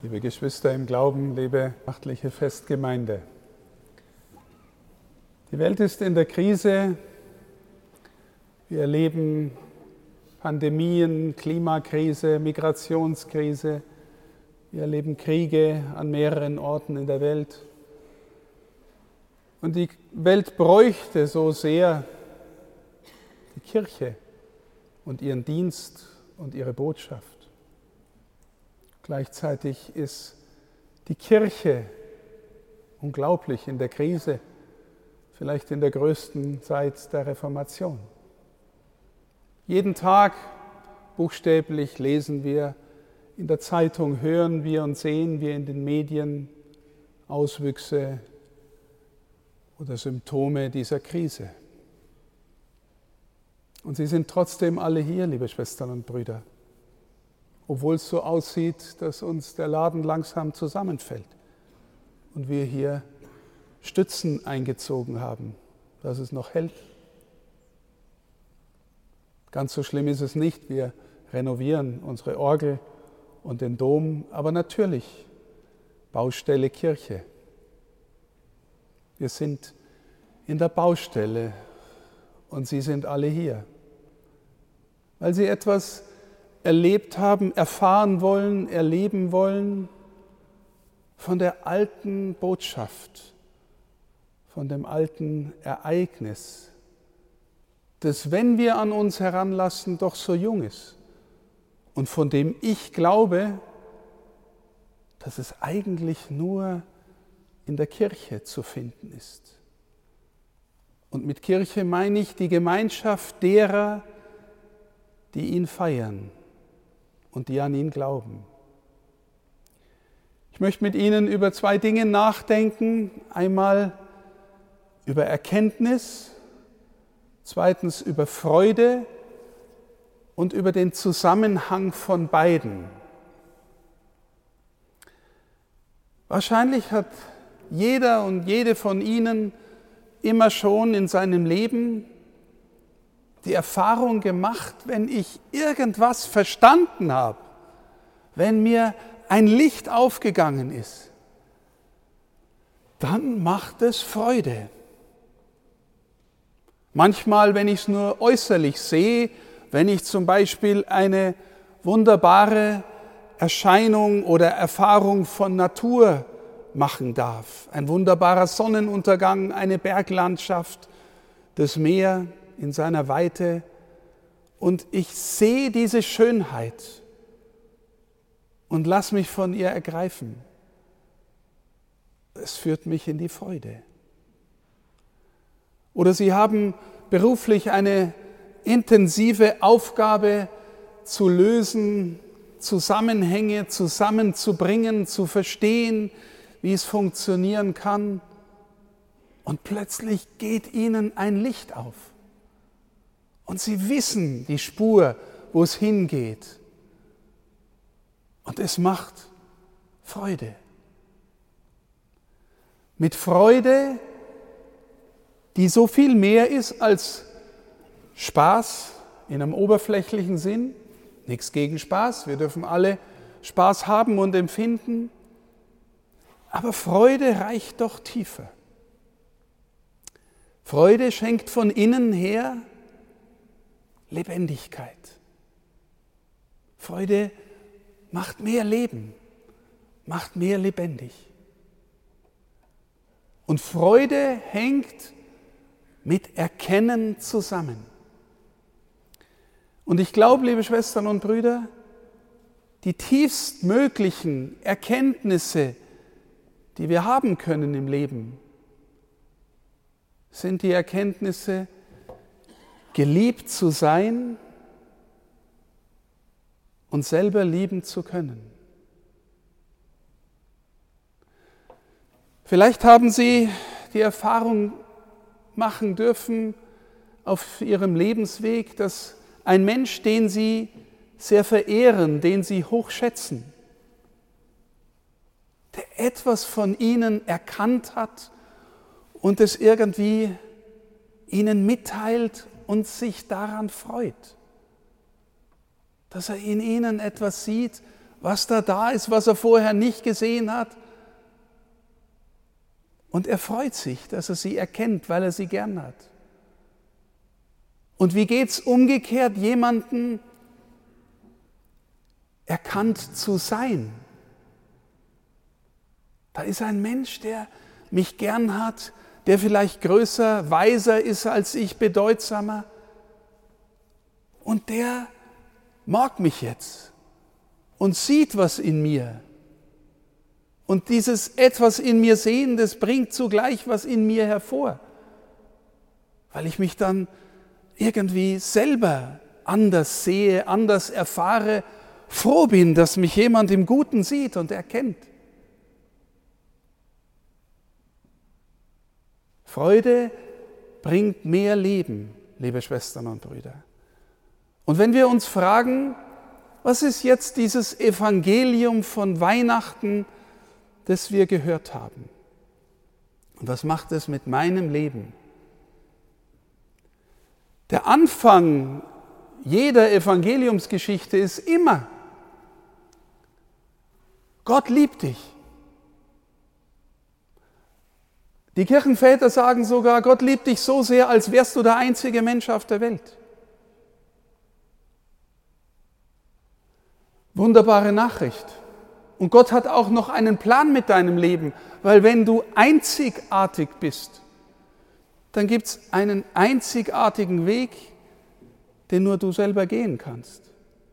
Liebe Geschwister im Glauben, liebe achtliche Festgemeinde. Die Welt ist in der Krise. Wir erleben Pandemien, Klimakrise, Migrationskrise. Wir erleben Kriege an mehreren Orten in der Welt. Und die Welt bräuchte so sehr die Kirche und ihren Dienst und ihre Botschaft. Gleichzeitig ist die Kirche unglaublich in der Krise, vielleicht in der größten Zeit der Reformation. Jeden Tag buchstäblich lesen wir in der Zeitung, hören wir und sehen wir in den Medien Auswüchse oder Symptome dieser Krise. Und sie sind trotzdem alle hier, liebe Schwestern und Brüder. Obwohl es so aussieht, dass uns der Laden langsam zusammenfällt und wir hier Stützen eingezogen haben, dass es noch hält. Ganz so schlimm ist es nicht, wir renovieren unsere Orgel und den Dom, aber natürlich Baustelle Kirche. Wir sind in der Baustelle und Sie sind alle hier, weil Sie etwas erlebt haben, erfahren wollen, erleben wollen von der alten Botschaft, von dem alten Ereignis, das, wenn wir an uns heranlassen, doch so jung ist und von dem ich glaube, dass es eigentlich nur in der Kirche zu finden ist. Und mit Kirche meine ich die Gemeinschaft derer, die ihn feiern und die an ihn glauben. Ich möchte mit Ihnen über zwei Dinge nachdenken. Einmal über Erkenntnis, zweitens über Freude und über den Zusammenhang von beiden. Wahrscheinlich hat jeder und jede von Ihnen immer schon in seinem Leben die Erfahrung gemacht, wenn ich irgendwas verstanden habe, wenn mir ein Licht aufgegangen ist, dann macht es Freude. Manchmal, wenn ich es nur äußerlich sehe, wenn ich zum Beispiel eine wunderbare Erscheinung oder Erfahrung von Natur machen darf, ein wunderbarer Sonnenuntergang, eine Berglandschaft, das Meer in seiner Weite, und ich sehe diese Schönheit und lass mich von ihr ergreifen. Es führt mich in die Freude. Oder Sie haben beruflich eine intensive Aufgabe zu lösen, Zusammenhänge zusammenzubringen, zu verstehen, wie es funktionieren kann, und plötzlich geht Ihnen ein Licht auf. Und Sie wissen die Spur, wo es hingeht. Und es macht Freude. Mit Freude, die so viel mehr ist als Spaß in einem oberflächlichen Sinn. Nichts gegen Spaß, wir dürfen alle Spaß haben und empfinden. Aber Freude reicht doch tiefer. Freude schenkt von innen her Lebendigkeit. Freude macht mehr Leben, macht mehr lebendig. Und Freude hängt mit Erkennen zusammen. Und ich glaube, liebe Schwestern und Brüder, die tiefstmöglichen Erkenntnisse, die wir haben können im Leben, sind die Erkenntnisse, geliebt zu sein und selber lieben zu können. Vielleicht haben Sie die Erfahrung machen dürfen auf Ihrem Lebensweg, dass ein Mensch, den Sie sehr verehren, den Sie hochschätzen, der etwas von Ihnen erkannt hat und es irgendwie Ihnen mitteilt und sich daran freut, dass er in Ihnen etwas sieht, was da ist, was er vorher nicht gesehen hat. Und er freut sich, dass er sie erkennt, weil er sie gern hat. Und wie geht's umgekehrt, jemanden erkannt zu sein? Da ist ein Mensch, der mich gern hat, der vielleicht größer, weiser ist als ich, bedeutsamer. Und der mag mich jetzt und sieht was in mir. Und dieses etwas in mir sehen, das bringt zugleich was in mir hervor. Weil ich mich dann irgendwie selber anders sehe, anders erfahre, froh bin, dass mich jemand im Guten sieht und erkennt. Freude bringt mehr Leben, liebe Schwestern und Brüder. Und wenn wir uns fragen, was ist jetzt dieses Evangelium von Weihnachten, das wir gehört haben? Und was macht es mit meinem Leben? Der Anfang jeder Evangeliumsgeschichte ist immer: Gott liebt dich. Die Kirchenväter sagen sogar, Gott liebt dich so sehr, als wärst du der einzige Mensch auf der Welt. Wunderbare Nachricht. Und Gott hat auch noch einen Plan mit deinem Leben, weil wenn du einzigartig bist, dann gibt es einen einzigartigen Weg, den nur du selber gehen kannst.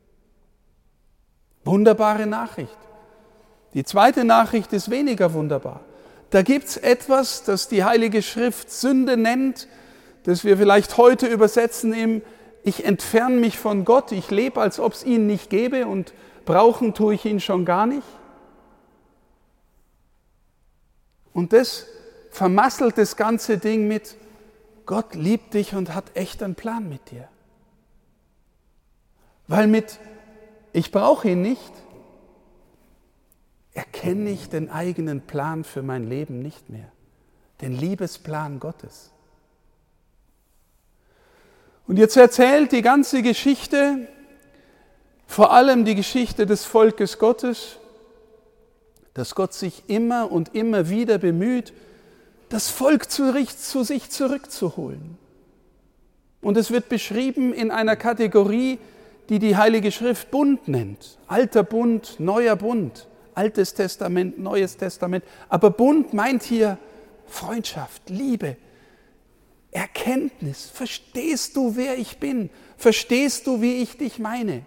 Wunderbare Nachricht. Die zweite Nachricht ist weniger wunderbar. Da gibt es etwas, das die Heilige Schrift Sünde nennt, das wir vielleicht heute übersetzen im: Ich entferne mich von Gott, ich lebe, als ob es ihn nicht gäbe und brauchen tue ich ihn schon gar nicht. Und das vermasselt das ganze Ding mit: Gott liebt dich und hat echt einen Plan mit dir. Weil mit ich brauche ihn nicht, erkenne ich den eigenen Plan für mein Leben nicht mehr. Den Liebesplan Gottes. Und jetzt erzählt die ganze Geschichte, vor allem die Geschichte des Volkes Gottes, dass Gott sich immer und immer wieder bemüht, das Volk zu sich zurückzuholen. Und es wird beschrieben in einer Kategorie, die die Heilige Schrift Bund nennt. Alter Bund, neuer Bund, Altes Testament, Neues Testament. Aber Bund meint hier Freundschaft, Liebe, Erkenntnis. Verstehst du, wer ich bin? Verstehst du, wie ich dich meine?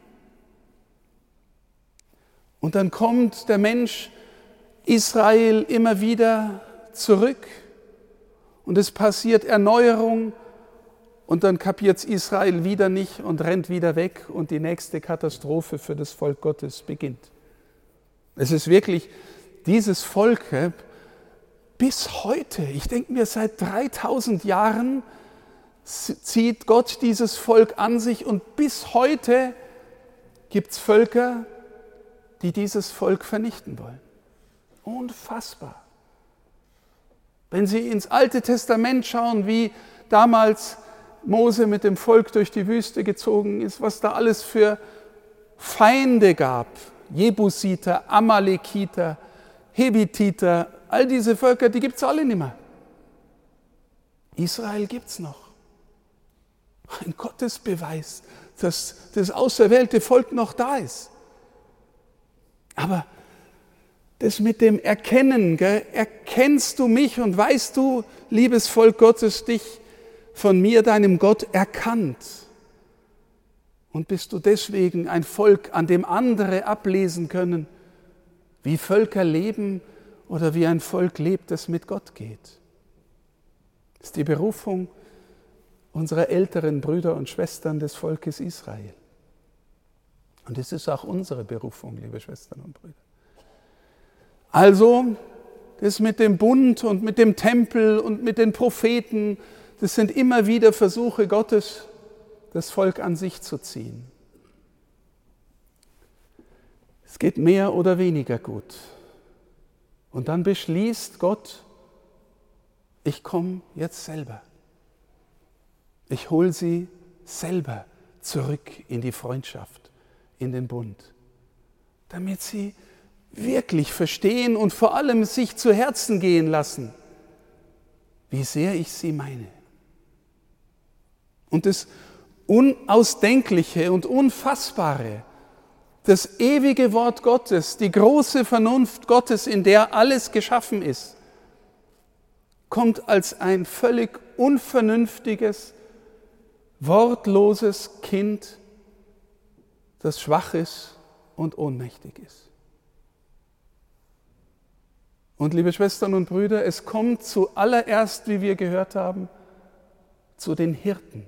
Und dann kommt der Mensch Israel immer wieder zurück und es passiert Erneuerung und dann kapiert es Israel wieder nicht und rennt wieder weg und die nächste Katastrophe für das Volk Gottes beginnt. Es ist wirklich dieses Volk bis heute, ich denke mir seit 3000 Jahren zieht Gott dieses Volk an sich und bis heute gibt es Völker, die dieses Volk vernichten wollen. Unfassbar. Wenn Sie ins Alte Testament schauen, wie damals Mose mit dem Volk durch die Wüste gezogen ist, was da alles für Feinde gab, Jebusiter, Amalekiter, Hethiter, all diese Völker, die gibt es alle nicht mehr. Israel gibt es noch. Ein Gottesbeweis, dass das auserwählte Volk noch da ist. Aber das mit dem Erkennen, erkennst du mich und weißt du, liebes Volk Gottes, dich von mir, deinem Gott, erkannt? Und bist du deswegen ein Volk, an dem andere ablesen können, wie Völker leben oder wie ein Volk lebt, das mit Gott geht? Das ist die Berufung unserer älteren Brüder und Schwestern des Volkes Israel. Und es ist auch unsere Berufung, liebe Schwestern und Brüder. Also, das mit dem Bund und mit dem Tempel und mit den Propheten, das sind immer wieder Versuche Gottes, das Volk an sich zu ziehen. Es geht mehr oder weniger gut. Und dann beschließt Gott, ich komme jetzt selber. Ich hole sie selber zurück in die Freundschaft, in den Bund. damit sie wirklich verstehen und vor allem sich zu Herzen gehen lassen, wie sehr ich sie meine. Und das Unausdenkliche und Unfassbare, das ewige Wort Gottes, die große Vernunft Gottes, in der alles geschaffen ist, kommt als ein völlig unvernünftiges, wortloses Kind, das schwach ist und ohnmächtig ist. Und liebe Schwestern und Brüder, es kommt zuallererst, wie wir gehört haben, zu den Hirten.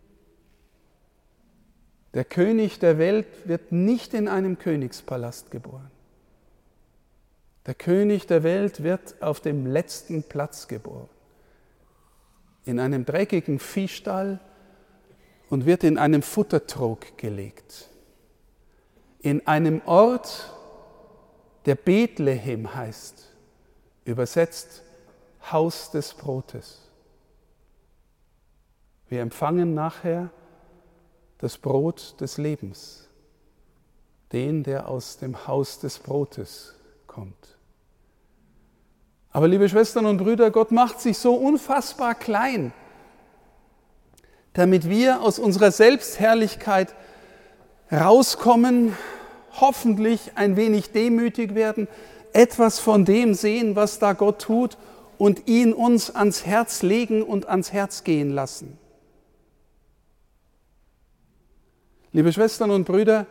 Der König der Welt wird nicht in einem Königspalast geboren. Der König der Welt wird auf dem letzten Platz geboren, in einem dreckigen Viehstall und wird in einem Futtertrog gelegt. In einem Ort, der Bethlehem heißt, übersetzt Haus des Brotes. Wir empfangen nachher das Brot des Lebens, den, der aus dem Haus des Brotes kommt. Aber liebe Schwestern und Brüder, Gott macht sich so unfassbar klein, damit wir aus unserer Selbstherrlichkeit rauskommen, hoffentlich ein wenig demütig werden, etwas von dem sehen, was da Gott tut und ihn uns ans Herz legen und ans Herz gehen lassen. Liebe Schwestern und Brüder,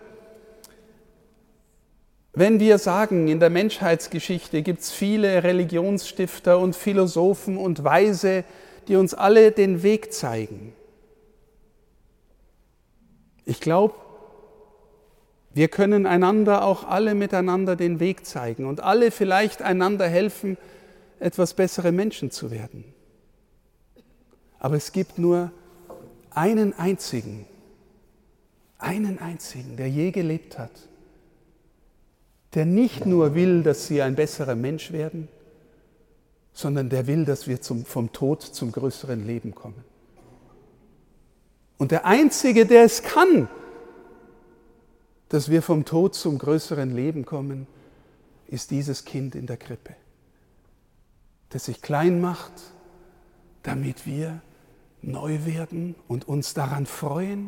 wenn wir sagen, in der Menschheitsgeschichte gibt es viele Religionsstifter und Philosophen und Weise, die uns alle den Weg zeigen. Ich glaube, wir können einander auch alle miteinander den Weg zeigen und alle vielleicht einander helfen, etwas bessere Menschen zu werden. Aber es gibt nur einen einzigen, der je gelebt hat, der nicht nur will, dass sie ein besserer Mensch werden, sondern der will, dass wir vom Tod zum größeren Leben kommen. Und der Einzige, der es kann, dass wir vom Tod zum größeren Leben kommen, ist dieses Kind in der Krippe, das sich klein macht, damit wir neu werden und uns daran freuen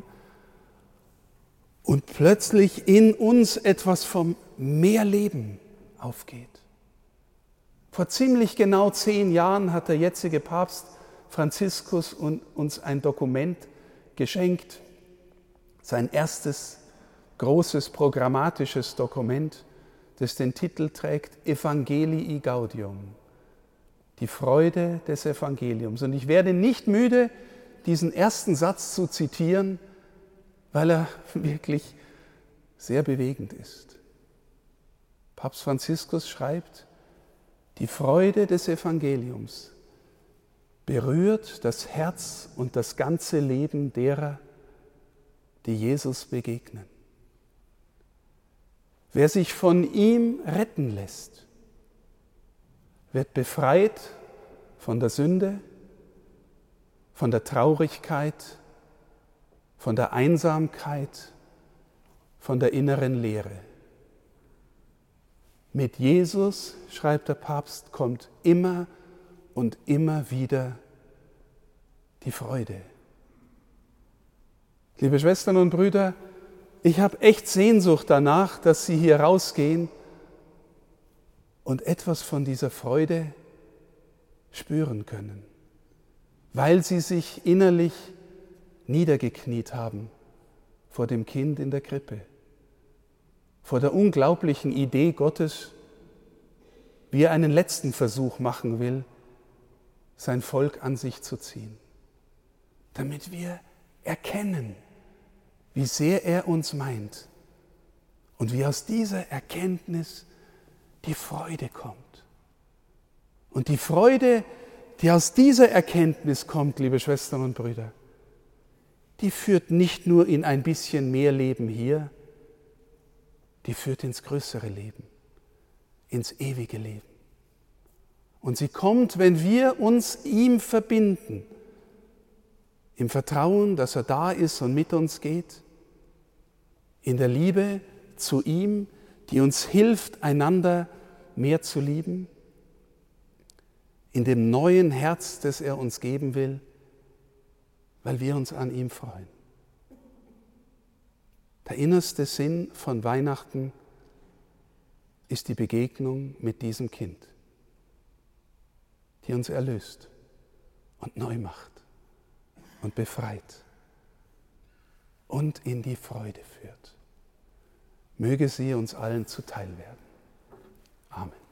und plötzlich in uns etwas vom Mehrleben aufgeht. Vor ziemlich genau 10 Jahren hat der jetzige Papst Franziskus uns ein Dokument geschenkt, sein erstes großes programmatisches Dokument, das den Titel trägt Evangelii Gaudium, die Freude des Evangeliums. Und ich werde nicht müde, diesen ersten Satz zu zitieren, weil er wirklich sehr bewegend ist. Papst Franziskus schreibt, die Freude des Evangeliums berührt das Herz und das ganze Leben derer, die Jesus begegnen. Wer sich von ihm retten lässt, wird befreit von der Sünde, von der Traurigkeit, von der Einsamkeit, von der inneren Leere. Mit Jesus, schreibt der Papst, kommt immer und immer wieder die Freude. Liebe Schwestern und Brüder, ich habe echt Sehnsucht danach, dass Sie hier rausgehen und etwas von dieser Freude spüren können, weil Sie sich innerlich niedergekniet haben vor dem Kind in der Krippe, vor der unglaublichen Idee Gottes, wie er einen letzten Versuch machen will, sein Volk an sich zu ziehen, damit wir erkennen, wie sehr er uns meint und wie aus dieser Erkenntnis die Freude kommt. Und die Freude, die aus dieser Erkenntnis kommt, liebe Schwestern und Brüder, die führt nicht nur in ein bisschen mehr Leben hier, die führt ins größere Leben, ins ewige Leben. Und sie kommt, wenn wir uns ihm verbinden, im Vertrauen, dass er da ist und mit uns geht, in der Liebe zu ihm, die uns hilft, einander mehr zu lieben, in dem neuen Herz, das er uns geben will, weil wir uns an ihm freuen. Der innerste Sinn von Weihnachten ist die Begegnung mit diesem Kind, die uns erlöst und neu macht und befreit und in die Freude führt. Möge sie uns allen zuteil werden. Amen.